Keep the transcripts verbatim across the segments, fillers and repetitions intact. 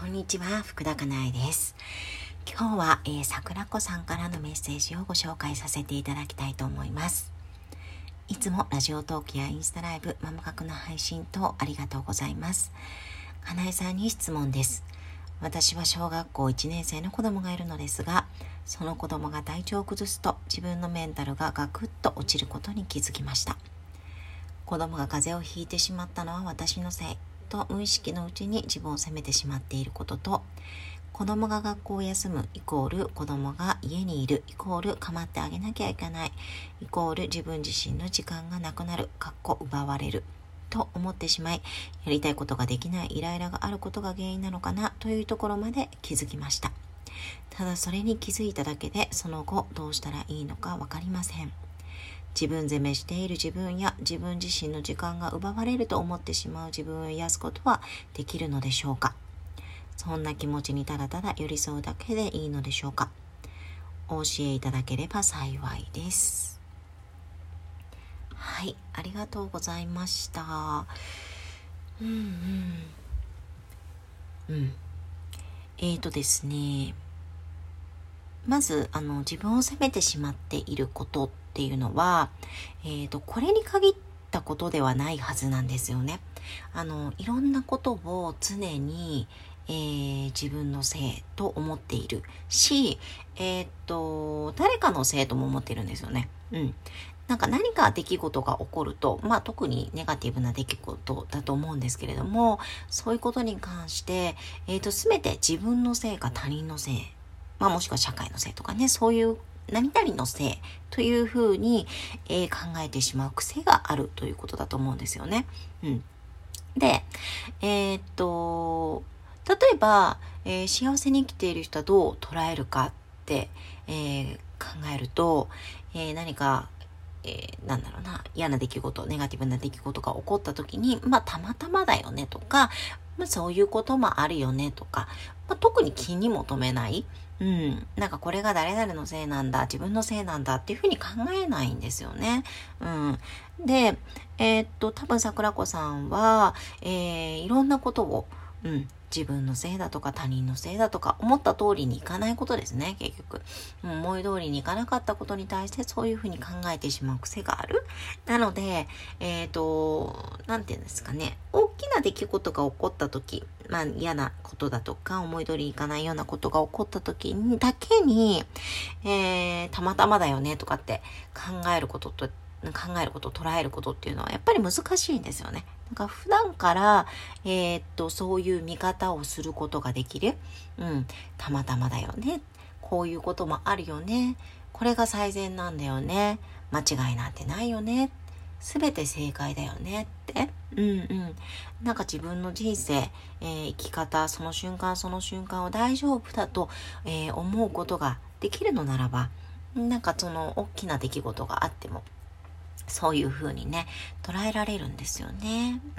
こんにちは、福田かなえです。今日は、えー、桜子さんからのメッセージをご紹介させていただきたいと思います。いつもラジオトークやインスタライブ、ママ角の配信等ありがとうございます。かなえさんに質問です。私は小学校いちねん生の子供がいるのですが、その子供が体調を崩すと自分のメンタルがガクッと落ちることに気づきました。子供が風邪をひいてしまったのは私のせいと無意識のうちに自分を責めてしまっていることと、子供が学校を休むイコール子供が家にいるイコール構ってあげなきゃいけないイコール自分自身の時間がなくなるかっこ奪われると思ってしまい、やりたいことができないイライラがあることが原因なのかなというところまで気づきました。ただそれに気づいただけでその後どうしたらいいのかわかりません。自分責めしている自分や自分自身の時間が奪われると思ってしまう自分を癒すことはできるのでしょうか。そんな気持ちにただただ寄り添うだけでいいのでしょうか。お教えいただければ幸いです。はい、ありがとうございました。うんうんうんえーとですねまずあの自分を責めてしまっていることっていうのは、えーと、これに限ったことではないはずなんですよね。あのいろんなことを常に、えー、自分のせいと思っているし、えーと、誰かのせいとも思っているんですよね。うん。なんか何か出来事が起こると、まあ特にネガティブな出来事だと思うんですけれども、そういうことに関して、えーと、全て自分のせいか他人のせい、まあもしくは社会のせいとかね、そういう何々のせいというふうに、えー、考えてしまう癖があるということだと思うんですよね。うん。で、えー、っと、例えば、えー、幸せに生きている人はどう捉えるかって、えー、考えると、えー、何か、えー、なんだろうな、嫌な出来事、ネガティブな出来事が起こった時に、まあたまたまだよねとか、まあそういうこともあるよねとか、まあ、特に気にも留めない。うん。なんかこれが誰々のせいなんだ、自分のせいなんだっていうふうに考えないんですよね。うん。で、えー、っと、多分桜子さんは、えー、いろんなことを、うん。自分のせいだとか他人のせいだとか思った通りにいかないことですね、結局。思い通りにいかなかったことに対してそういうふうに考えてしまう癖がある。なので、えっと、なんていうんですかね、大きな出来事が起こった時、まあ嫌なことだとか思い通りにいかないようなことが起こった時にだけに、えー、たまたまだよねとかって考えることと考えること、捉えることっていうのはやっぱり難しいんですよね。なんか普段から、えー、っと、そういう見方をすることができる。うん。たまたまだよね。こういうこともあるよね。これが最善なんだよね。間違いなんてないよね。すべて正解だよねって。うんうん。なんか自分の人生、えー、生き方、その瞬間その瞬間を大丈夫だと、えー、思うことができるのならば、なんかその大きな出来事があっても、そういう風にね、捉えられるんですよね。うん、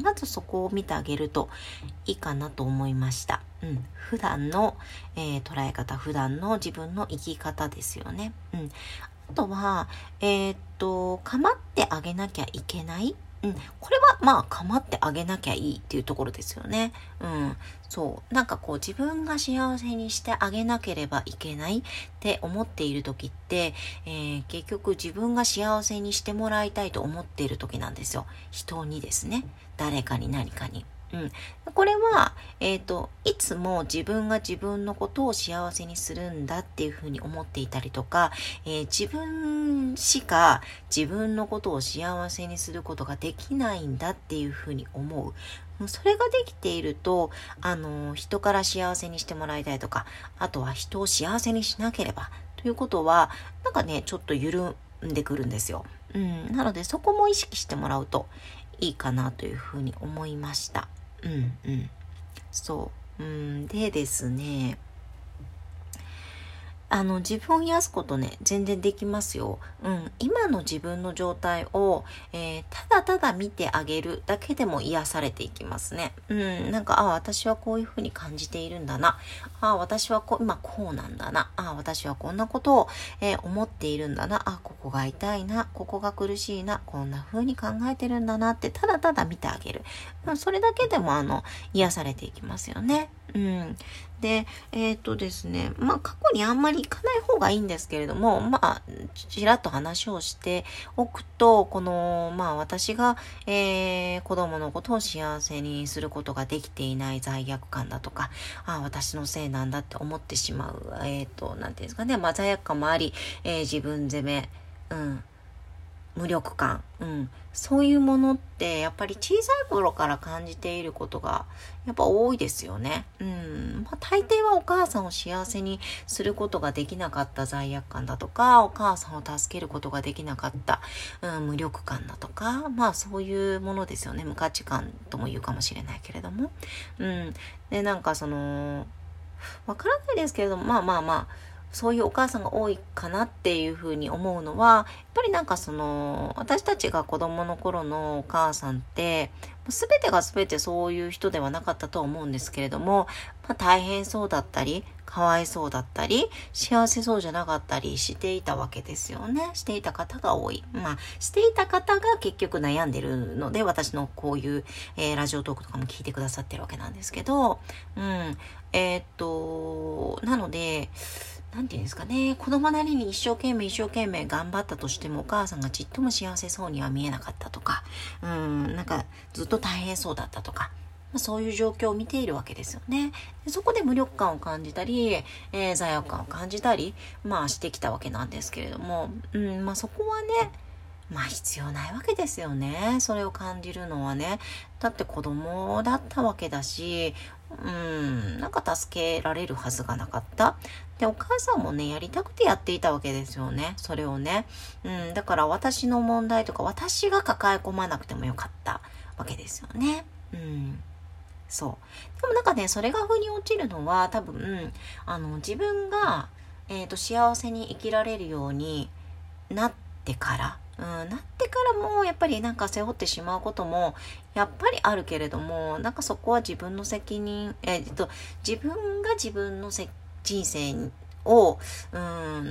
まずそこを見てあげるといいかなと思いました。うん、普段の、えー、捉え方、普段の自分の生き方ですよね。うん、あとは、えー、っと、構ってあげなきゃいけない。うん、これはまあ構ってあげなきゃいいっていうところですよね。うん、そうなんかこう自分が幸せにしてあげなければいけないって思っている時って、えー、結局自分が幸せにしてもらいたいと思っている時なんですよ。人にですね、誰かに何かに。うん、これは、えっと、いつも自分が自分のことを幸せにするんだっていうふうに思っていたりとか、えー、自分しか自分のことを幸せにすることができないんだっていうふうに思う。それができていると、あの、人から幸せにしてもらいたいとか、あとは人を幸せにしなければということは、なんかね、ちょっと緩んでくるんですよ。うん、なのでそこも意識してもらうといいかなというふうに思いました。うんうん。そう。うんでですね、あの自分を癒すことね、全然できますよ。うん、今の自分の状態を、えー、ただただ見てあげるだけでも癒されていきますね。うん、なんか、あ、私はこういうふうに感じているんだな。あ、私はこう今こうなんだな。あ、私はこんなことを、えー、思っているんだな。あ、ここが痛いな。ここが苦しいな。こんなふうに考えてるんだなって、ただただ見てあげる。うん、それだけでもあの癒されていきますよね。 うん。で、えっとですね、まあ過去にあんまり行かない方がいいんですけれども、まあ、ちらっと話をしておくと、この、まあ私が、えー、子供のことを幸せにすることができていない罪悪感だとか、ああ、私のせいなんだって思ってしまう、えっと、なんていうんですかね、まあ罪悪感もあり、えー、自分責め、うん。無力感、うん、そういうものってやっぱり小さい頃から感じていることがやっぱ多いですよね。うん、まあ、大抵はお母さんを幸せにすることができなかった罪悪感だとか、お母さんを助けることができなかった、うん、無力感だとか、まあそういうものですよね。無価値観とも言うかもしれないけれども、うん、でなんかそのわからないですけれども、まあまあまあ。そういうお母さんが多いかなっていうふうに思うのは、やっぱりなんかその、私たちが子供の頃のお母さんって、すべてがすべてそういう人ではなかったと思うんですけれども、まあ、大変そうだったり、かわいそうだったり、幸せそうじゃなかったりしていたわけですよね。していた方が多い。まあ、していた方が結局悩んでるので、私のこういう、えー、ラジオトークとかも聞いてくださってるわけなんですけど、うん。えー、っと、なので、なんていうんですかね、子供なりに一生懸命一生懸命頑張ったとしてもお母さんがちっとも幸せそうには見えなかったとか、うん、なんかずっと大変そうだったとか、まあ、そういう状況を見ているわけですよね。でそこで無力感を感じたり、えー、罪悪感を感じたり、まあしてきたわけなんですけれども、うん、まあそこはね、まあ必要ないわけですよね。それを感じるのはね。だって子供だったわけだし、うん、なんか助けられるはずがなかった。で、お母さんもね、やりたくてやっていたわけですよね。それをね。うん、だから私の問題とか私が抱え込まなくてもよかったわけですよね。うん。そう。でもなんかね、それが腑に落ちるのは多分、あの、自分が、えっと、幸せに生きられるようになってから、うん、なってからもやっぱりなんか背負ってしまうこともやっぱりあるけれども、なんかそこは自分の責任、えー、っと自分が自分のせ人生を、うん、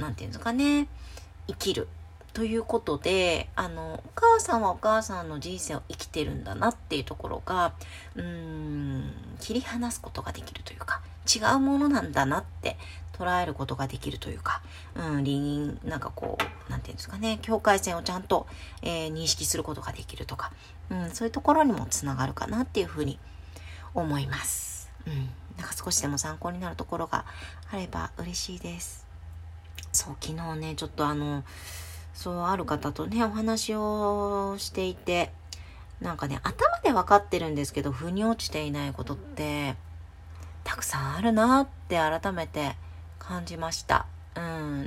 なんていうんですかね、生きるということで、あのお母さんはお母さんの人生を生きてるんだなっていうところが、うーん、切り離すことができるというか、違うものなんだなって捉えることができるというか、うん、倫なんかこう、なんていうんですかね、境界線をちゃんと、えー、認識することができるとか、うん、そういうところにもつながるかなっていうふうに思います。うん、なんか少しでも参考になるところがあれば嬉しいです。そう、昨日ね、ちょっとあの、そうある方とね、お話をしていて、なんかね、頭で分かってるんですけど、腑に落ちていないことって、たくさんあるなって改めて感じました。うん、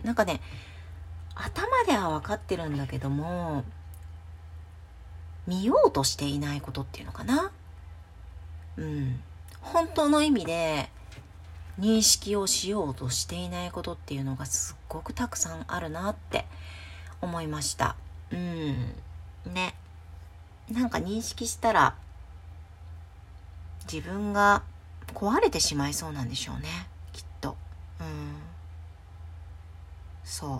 なんかね、頭では分かってるんだけども、見ようとしていないことっていうのかな。うん。本当の意味で認識をしようとしていないことっていうのがすっごくたくさんあるなって思いました。うん。ね。なんか認識したら自分が壊れてしまいそうなんでしょうね。きっと。うん。そう。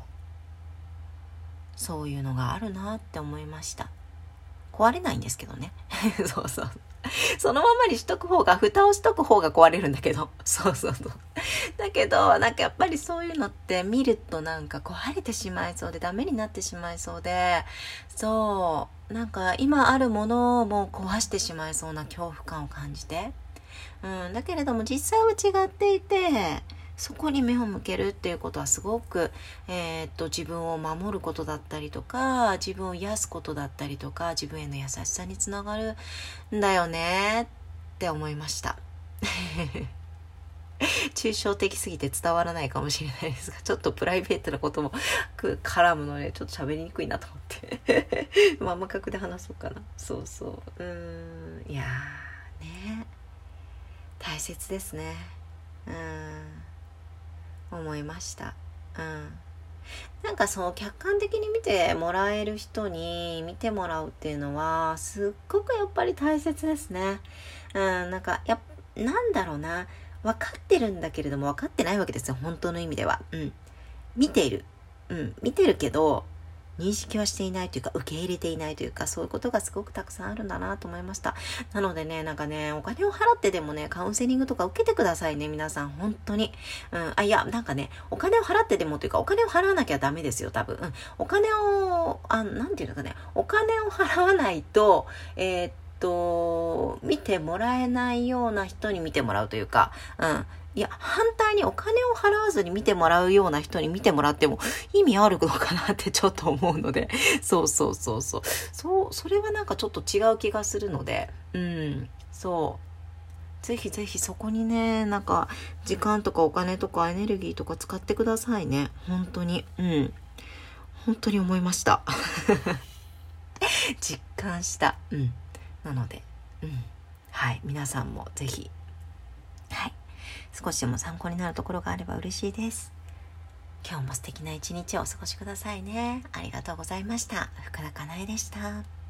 そういうのがあるなって思いました。壊れないんですけどね。そうそう。そのままにしとく方が、蓋をしとく方が壊れるんだけど。そうそうそう。だけど、なんかやっぱりそういうのって見るとなんか壊れてしまいそうで、ダメになってしまいそうで、そう、なんか今あるものも壊してしまいそうな恐怖感を感じて。うん、だけれども実際は違っていて、そこに目を向けるっていうことはすごく、えー、っと自分を守ることだったりとか、自分を癒すことだったりとか、自分への優しさにつながるんだよねって思いました。抽象的すぎて伝わらないかもしれないですが、ちょっとプライベートなことも絡むのでちょっと喋りにくいなと思ってまあ真角で話そうかな。そうそう、うーん、いやーね、大切ですね。うん、思いました。うん、なんかそう客観的に見てもらえる人に見てもらうっていうのはすっごくやっぱり大切ですね。うん、なんかやなんだろうな、分かってるんだけれども分かってないわけですよ、本当の意味では。うん、見ている、うん、見てるけど認識はしていないというか、受け入れていないというか、そういうことがすごくたくさんあるんだなと思いました。なのでね、なんかね、お金を払ってでもね、カウンセリングとか受けてくださいね、皆さん、本当に。うん、あ、いや、なんかね、お金を払ってでもというか、お金を払わなきゃダメですよ、多分。うん、お金を、あ、なんていうのかね、お金を払わないと、えー、っと、見てもらえないような人に見てもらうというか、うん、いや、反対にお金を払わずに見てもらうような人に見てもらっても意味あるのかなってちょっと思うので、そうそうそうそう。そう、それはなんかちょっと違う気がするので、うん、そう。ぜひぜひそこにね、なんか時間とかお金とかエネルギーとか使ってくださいね。本当に。うん。本当に思いました。実感した。うん。なので、うん。はい。皆さんもぜひ、はい。少しでも参考になるところがあれば嬉しいです。今日も素敵な一日をお過ごしくださいね。ありがとうございました。福田かなえでした。